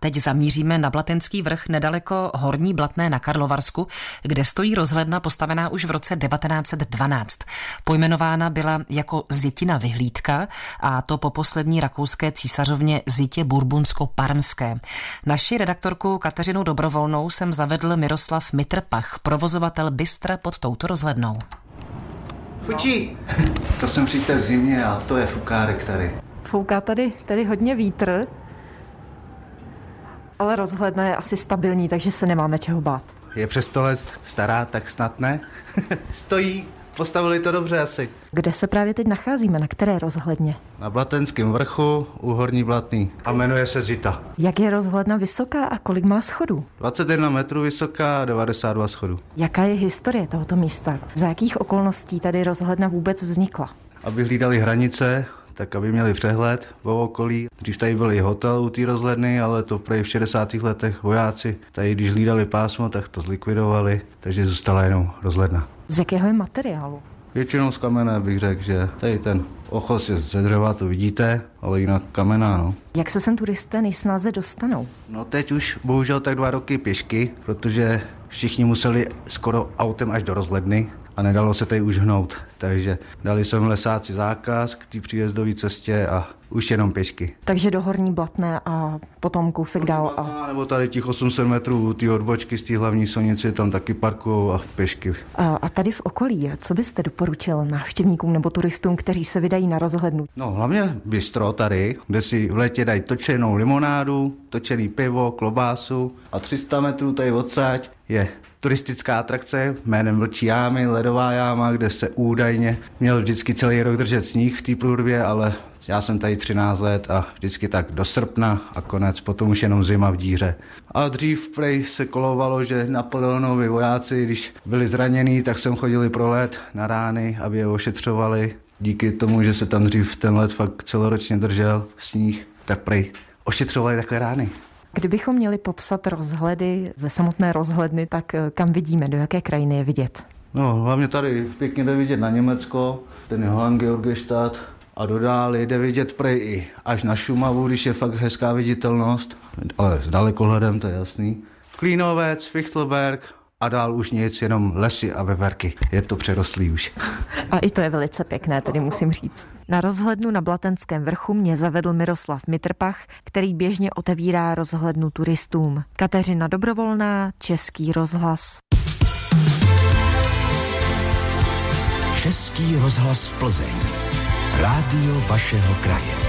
teď zamíříme na Blatenský vrch nedaleko Horní Blatné na Karlovarsku, kde stojí rozhledna postavená už v roce 1912. Pojmenována byla jako Zitina vyhlídka a to po poslední rakouské císařovně Zitě Burbunsko-Parmské. Naši redaktorku Kateřinu Dobrovolnou jsem zavedl Miroslav Mitrpach, provozovatel bystra pod touto rozhlednou. Fučí! To jsem přítel v zimě a to je fukárek tady. Fouká tady hodně vítr, ale rozhledna je asi stabilní, takže se nemáme čeho bát. Je přes 100 let stará, tak snad ne. Stojí, postavili to dobře asi. Kde se právě teď nacházíme, na které rozhledně? Na Blatenském vrchu u Horní Blatný a jmenuje se Zita. Jak je rozhledna vysoká a kolik má schodů? 21 metrů vysoká a 92 schodů. Jaká je historie tohoto místa? Za jakých okolností tady rozhledna vůbec vznikla? Aby hlídali hranice, tak aby měli přehled o okolí. Dřív tady byl i hotel u té rozhledny, ale to v 60. letech vojáci tady, když hlídali pásmo, tak to zlikvidovali, takže zůstala jenom rozhledna. Z jakého je materiálu? Většinou z kamene bych řekl, že tady ten ochos je ze dřeva, to vidíte, ale jinak kamená, no. Jak se sem turisté nejsnáze dostanou? No teď už bohužel tak 2 roky pěšky, protože všichni museli skoro autem až do rozhledny a nedalo se tady už hnout. Takže dali sem lesáci zákaz k té příjezdové cestě a už jenom pěšky. Takže do Horní Blatné a potom kousek dál a... Nebo tady těch 800 metrů té odbočky z té hlavní silnice, tam taky parkují a pěšky. A tady v okolí, co byste doporučil návštěvníkům nebo turistům, kteří se vydají na rozhlednu? No hlavně bistro tady, kde si v létě dají točenou limonádu, točený pivo, klobásu a 300 metrů tady odsaď je turistická atrakce jménem Vlčí jámy, ledová jáma, kde se údajně měl vždycky celý rok držet sníh v té průrvě, ale já jsem tady 13 let a vždycky tak do srpna a konec, potom už jenom zima v díře. A dřív prej se kolovalo, že Napoleonovi vojáci, když byli zranění, tak sem chodili pro led na rány, aby je ošetřovali. Díky tomu, že se tam dřív ten led fakt celoročně držel sníh, tak prej ošetřovali takhle rány. Kdybychom měli popsat rozhledy ze samotné rozhledny, tak kam vidíme, do jaké krajiny je vidět? No, hlavně tady pěkně jde vidět na Německo, ten Hohengeorgestadt a dodál jde vidět prej i až na Šumavu, když je fakt hezká viditelnost, ale s dalekohledem, to je jasný. Klínovec, Fichtelberg a dál už nic, jenom lesy a veverky. Je to přerostlý už. A i to je velice pěkné, tedy musím říct. Na rozhlednu na Blatenském vrchu mě zavedl Miroslav Mitrpach, který běžně otevírá rozhlednu turistům. Kateřina Dobrovolná, Český rozhlas. Český rozhlas Plzeň. Rádio vašeho kraje.